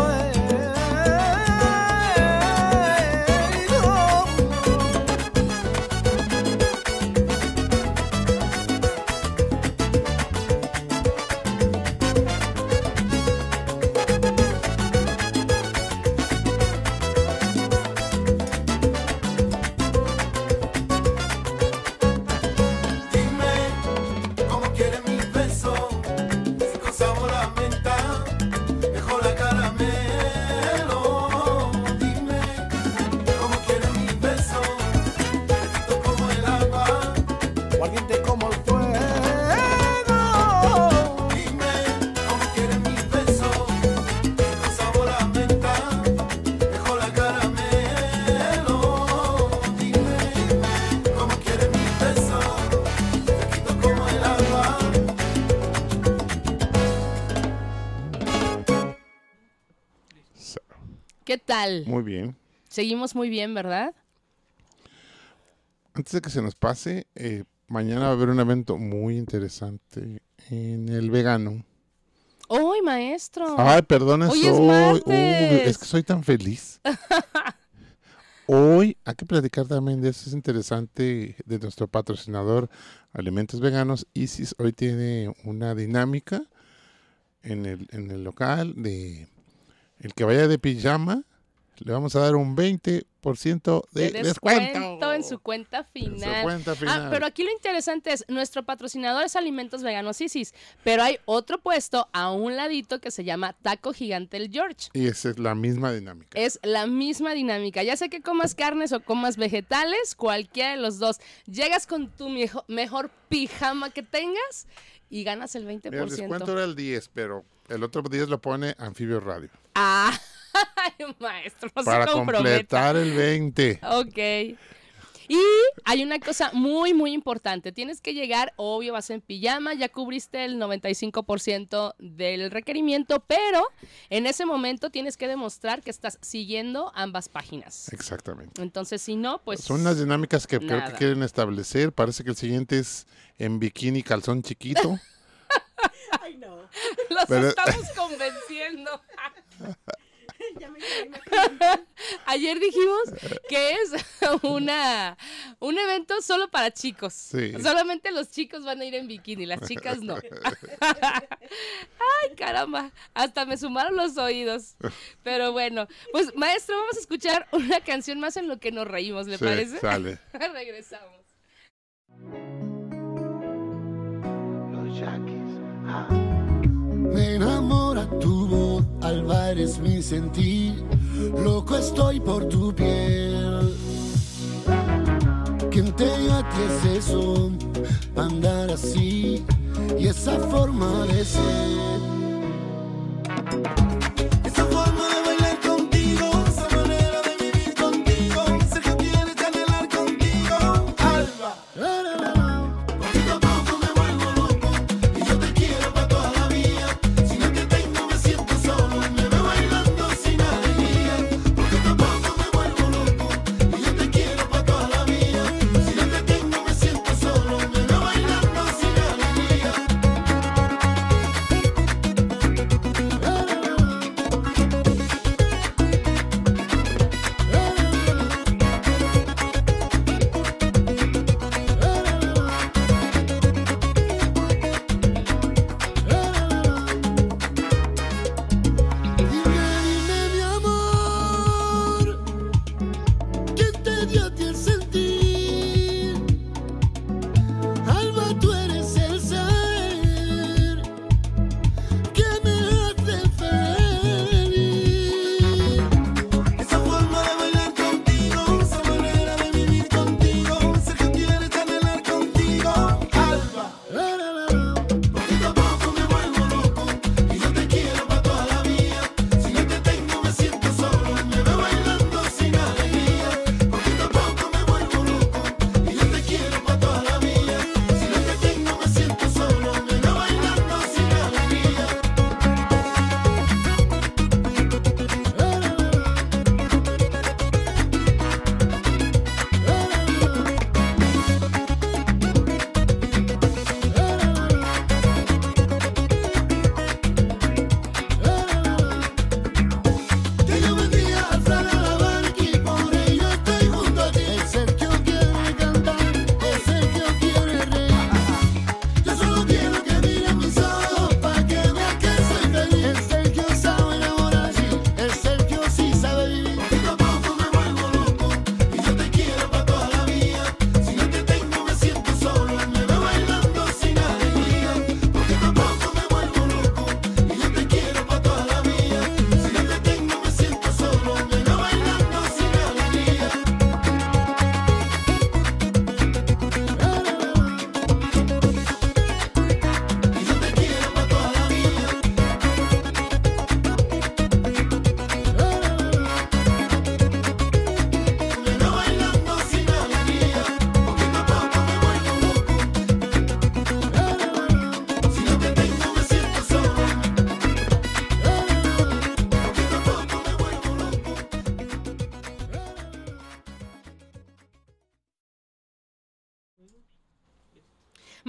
Dime, ¿cómo quieres mi beso? Si con sabor a menta, mejor a caramelo. Dime, ¿cómo quieres mi beso? Fresquito como el agua o ardiente como el fuego. Dime, ¿cómo quieres mi beso? Si con sabor a menta, mejor a caramelo. Dime, ¿cómo quieres mi beso? Fresquito como el agua. ¿Qué tal? Muy bien. Seguimos muy bien, ¿verdad? Antes de que se nos pase, mañana va a haber un evento muy interesante en el vegano. ¡Uy, maestro! Ay, perdón, Hoy es martes. es que soy tan feliz. Hoy hay que platicar también de eso, es interesante, de nuestro patrocinador Alimentos Veganos. Isis hoy tiene una dinámica en el local de el que vaya de pijama, le vamos a dar un 20% de descuento en su cuenta En final. su cuenta final. Pero aquí lo interesante es, nuestro patrocinador es Alimentos Veganos Isis, pero hay otro puesto a un ladito que se llama Taco Gigante el George. Y esa es la misma dinámica. Es la misma dinámica. Ya sea que comas carnes o comas vegetales, cualquiera de los dos. Llegas con tu mejor pijama que tengas y ganas el 20%. Mira, el descuento era el 10, pero el otro 10 lo pone Anfibio Radio. Ah, maestro, no Para se comprometa. completar el 20. Ok. Y hay una cosa muy, muy importante. Tienes que llegar, obvio, vas en pijama, ya cubriste el 95% del requerimiento, pero en ese momento tienes que demostrar que estás siguiendo ambas páginas. Exactamente. Entonces, si no, pues... Son unas dinámicas que creo nada. que quieren establecer. Parece que el siguiente es en bikini, calzón chiquito. Ay, no. Los Pero- estamos convenciendo. Ya me estoy imaginando. Ayer dijimos que es un evento solo para chicos. Sí. Solamente los chicos van a ir en bikini, las chicas no. Ay, caramba, hasta me sumaron los oídos. Pero bueno, pues maestro, vamos a escuchar una canción más en lo que nos reímos, ¿le Sí, parece? sale. Regresamos. Los Yaquis. Me enamora tu voz, Alba eres mi sentir. Loco estoy por tu piel. Quien te dio a ti es eso, andar así y esa forma de ser. Esa forma de bailar contigo, esa manera de vivir contigo, sé que tienes que anhelar contigo, Alba. Poquito a poco me vuelvo loco y yo te quiero pa' toda la vida. Si no te tengo me siento solo y me veo bailando sin alegría. Poquito a poco me vuelvo loco y yo te quiero pa' toda la vida. Si no te tengo me siento solo y me veo bailando sin alegría.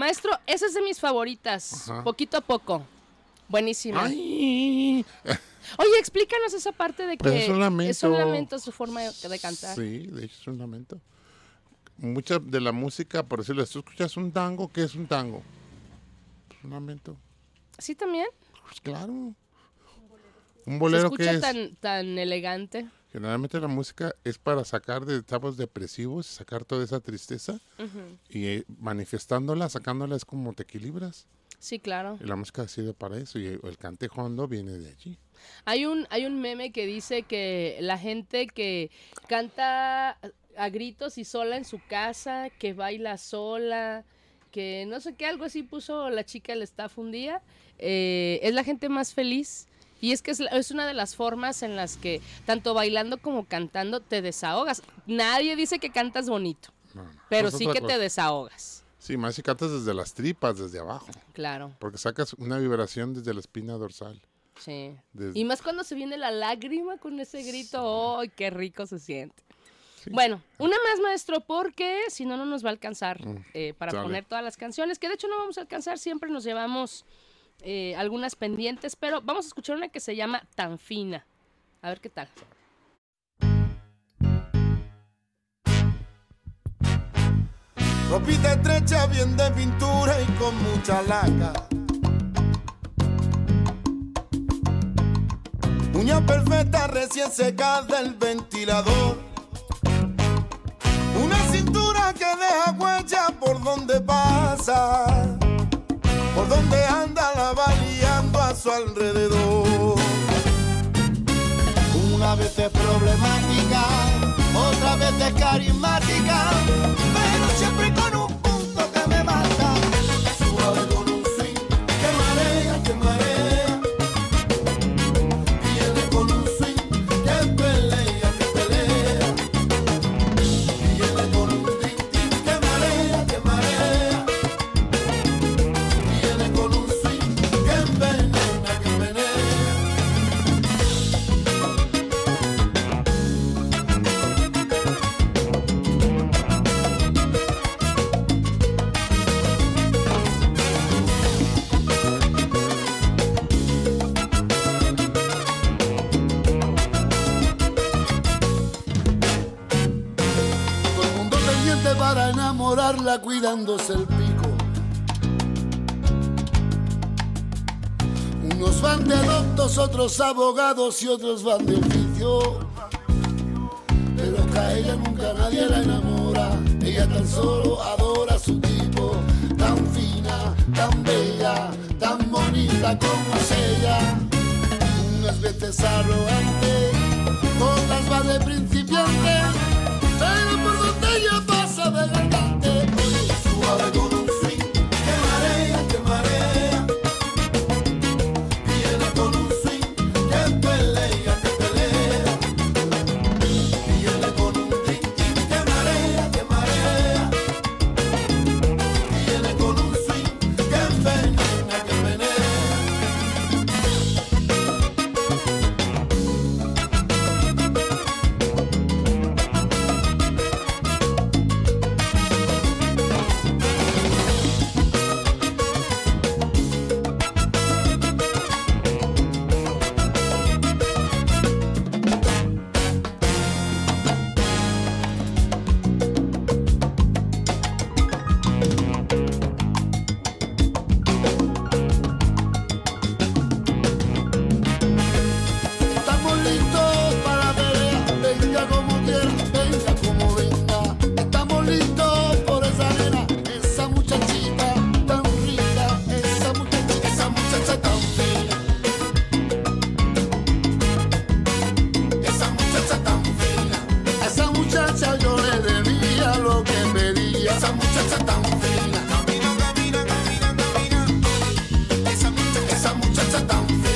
Maestro, esa es de mis favoritas. Ajá. Poquito a poco. Buenísima. Ay. Oye, explícanos esa parte de que Pues es un lamento. su forma de cantar. Sí, de hecho es un lamento. Mucha de la música, por decirlo, tú escuchas un tango, ¿qué es un tango? Pues un lamento. ¿Sí también? Pues claro. Un Se bolero que escucha es. tan elegante. Generalmente la música es para sacar de estados depresivos, sacar toda esa tristeza y manifestándola, sacándola es como te equilibras. Sí, claro. Y la música ha sido para eso y el cante hondo viene de allí. Hay un meme que dice que la gente que canta a gritos y sola en su casa, que baila sola, que no sé qué, algo así puso la chica del staff un día, es la gente más feliz. Y es que es una de las formas en las que tanto bailando como cantando te desahogas. Nadie dice que cantas bonito, No, pero eso es sí otra que cosa. te desahogas. Sí, más si cantas desde las tripas, desde abajo, Claro, porque sacas una vibración desde la espina dorsal. sí. Desde- Y más cuando se viene la lágrima con ese grito, ¡ay, qué rico se siente! Sí. Bueno, una más, maestro, porque si no, no nos va a alcanzar para sale. poner todas las canciones, que de hecho no vamos a alcanzar, siempre nos llevamos algunas pendientes, pero vamos a escuchar una que se llama Tan Fina. A ver qué tal. Ropita estrecha, bien de pintura y con mucha laca. Uña perfecta, recién secada del ventilador. Una cintura que deja huella por donde pasa, por donde anda la va liando a su alrededor. Una vez es problemática, otra vez es carismática, pero siempre con un punto que me mata. Suave con un swing que marea, que marea. Viene con un swing que pelea, que pelea. Viene con un tin-tin que marea, que marea. Viene con un swing que envenena, que envenena. Todo el mundo pendiente para enamorarla, cuidándose el pico. Unos van de doctos, otros abogados y otros van de oficio. Pero que a ella nunca nadie la enamora. Ella tan solo adora a su tipo. Tan fina, tan bella, tan bonita como es ella. Unas veces arrogante, otras va de principiante, pero por donde ella pasa de elegante. Oye, suave con un swing que marea, que marea. Viene con un swing que pelea, que pelea. Viene con un tin-tin que marea, que marea. Viene con un swing que envenena, que envenena. Estamos listos para la pelea, venga como quiera, venga como venga. Estamos listos por esa nena, esa muchachita tan rica, esa muchacha tan fina. Esa muchacha tan fina, a esa muchacha yo le debía lo que pedía. Esa muchacha tan fina, camina, camina, camina, camina. Esa muchacha tan fina.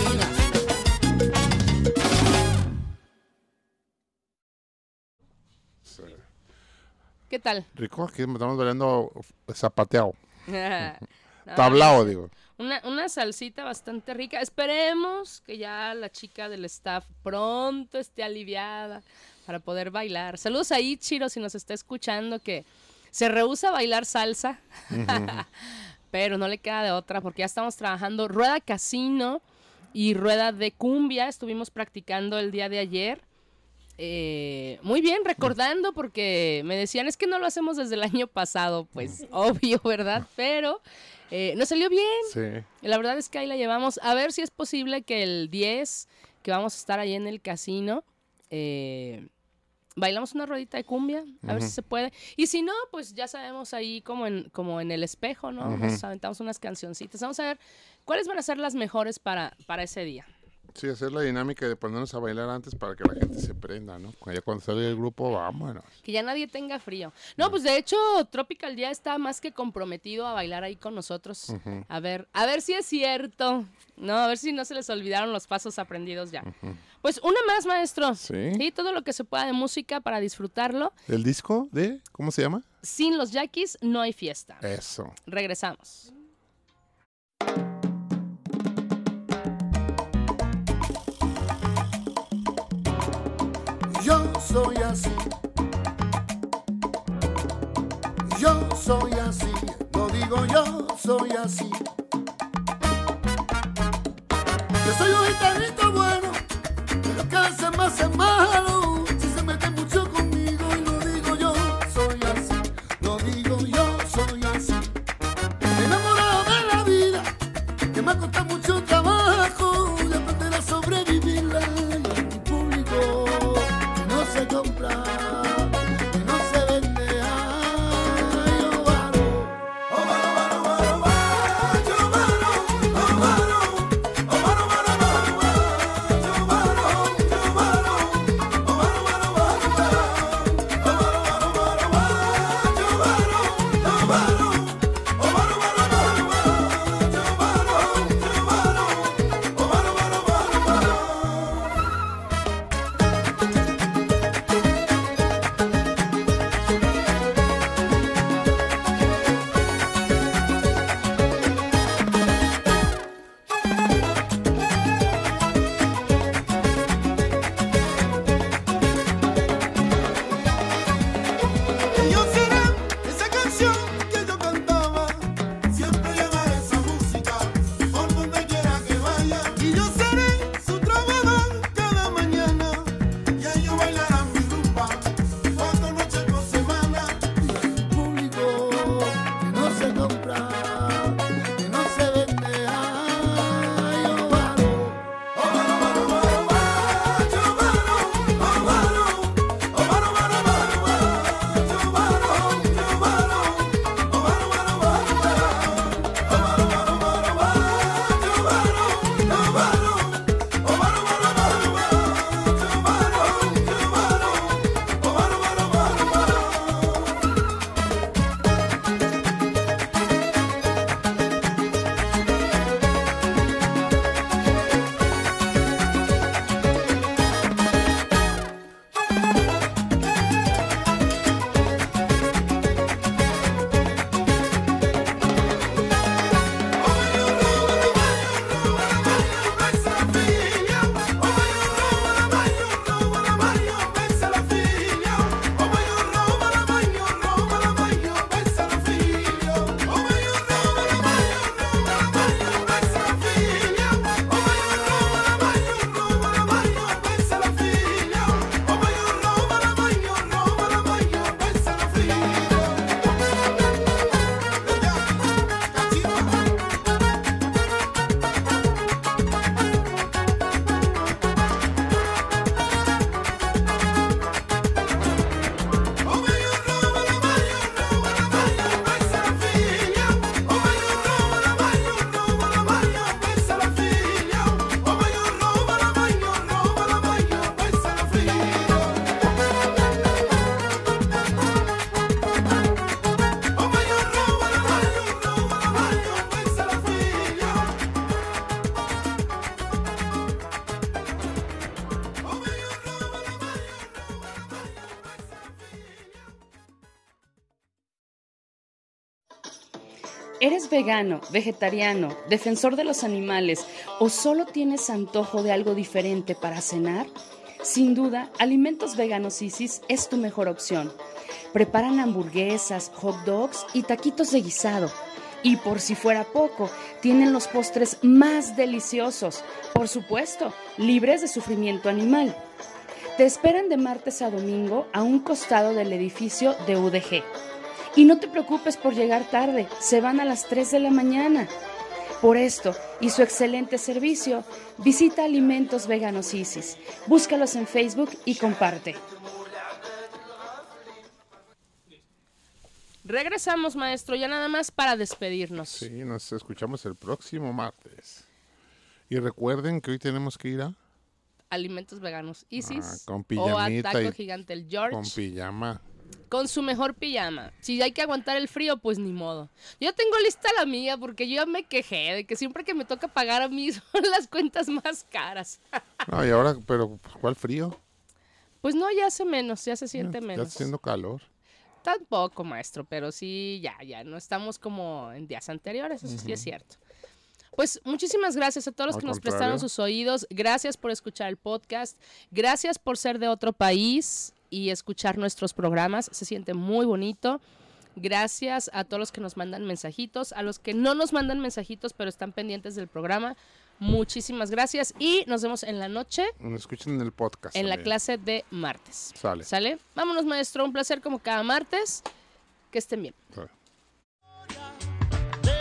¿Qué tal? Rico, aquí estamos bailando zapateado, No, tablao, digo. Una salsita bastante rica. Esperemos que ya la chica del staff pronto esté aliviada para poder bailar. Saludos a Ichiro si nos está escuchando, que se rehúsa a bailar salsa. pero no le queda de otra porque ya estamos trabajando rueda casino y rueda de cumbia. Estuvimos practicando el día de ayer. Muy bien, recordando, porque me decían, es que no lo hacemos desde el año pasado, pues obvio, ¿verdad? Pero nos salió bien. Sí. La verdad es que ahí la llevamos. A ver si es posible que el 10, que vamos a estar ahí en el casino, bailamos una ruedita de cumbia, a ver si se puede. Y si no, pues ya sabemos ahí como en el espejo, ¿no? Nos aventamos unas cancioncitas. Vamos a ver cuáles van a ser las mejores para ese día. Sí, hacer la dinámica de ponernos a bailar antes para que la gente se prenda, ¿no? Ya cuando salga el grupo, vámonos. Que ya nadie tenga frío. No, pues de hecho, Tropical ya está más que comprometido a bailar ahí con nosotros. A ver si es cierto, ¿no? A ver si no se les olvidaron los pasos aprendidos ya. Pues una más, maestro. Sí, todo lo que se pueda de música para disfrutarlo. ¿El disco de, cómo se llama? Sin los Yaquis no hay fiesta. Eso. Regresamos. Yo soy así, yo soy así, lo digo yo soy así. Yo soy un gitanito bueno, pero que a veces me hace malo si se mete mucho conmigo, y lo digo yo soy así, lo digo yo soy así. Enamorado de la vida, que me ha costado mucho trabajo y aprender a sobrevivirla, y en mi público se compra, que no se vende. Ay, Ovaro, Ovaro, Ovaro, Ovaro, Ovaro, Ovaro, Ovaro, Ovaro, ¿Eres vegano, vegetariano, defensor de los animales o solo tienes antojo de algo diferente para cenar? Sin duda, Alimentos Veganos Isis es tu mejor opción. Preparan hamburguesas, hot dogs y taquitos de guisado. Y por si fuera poco, tienen los postres más deliciosos, por supuesto, libres de sufrimiento animal. Te esperan de martes a domingo a un costado del edificio de UDG. Y no te preocupes por llegar tarde, se van a las 3 de la mañana. Por esto y su excelente servicio, visita Alimentos Veganos Isis. Búscalos en Facebook y comparte. Regresamos, maestro, ya nada más para despedirnos. Sí, nos escuchamos el próximo martes. Y recuerden que hoy tenemos que ir a... Alimentos Veganos Isis. Con O a pijamita Taco y Gigante el George. con pijama. Con su mejor pijama. Si hay que aguantar el frío, pues ni modo. Yo tengo lista la mía porque yo ya me quejé de que siempre que me toca pagar a mí son las cuentas más caras. No, y ahora, pero ¿cuál frío? Pues no, ya hace menos, ya se siente Ya menos. está haciendo calor. Tampoco, maestro, pero sí, ya no estamos como en días anteriores, eso sí es cierto. Pues muchísimas gracias a todos los Al que nos contrario. prestaron sus oídos. Gracias por escuchar el podcast. Gracias por ser de otro país y escuchar nuestros programas. Se siente muy bonito. Gracias a todos los que nos mandan mensajitos, a los que no nos mandan mensajitos, pero están pendientes del programa. Muchísimas gracias y nos vemos en la noche Nos escuchan en el podcast. en la también. clase de martes. Sale. ¿Sale? Vámonos, maestro. Un placer como cada martes. Que estén bien. Sale.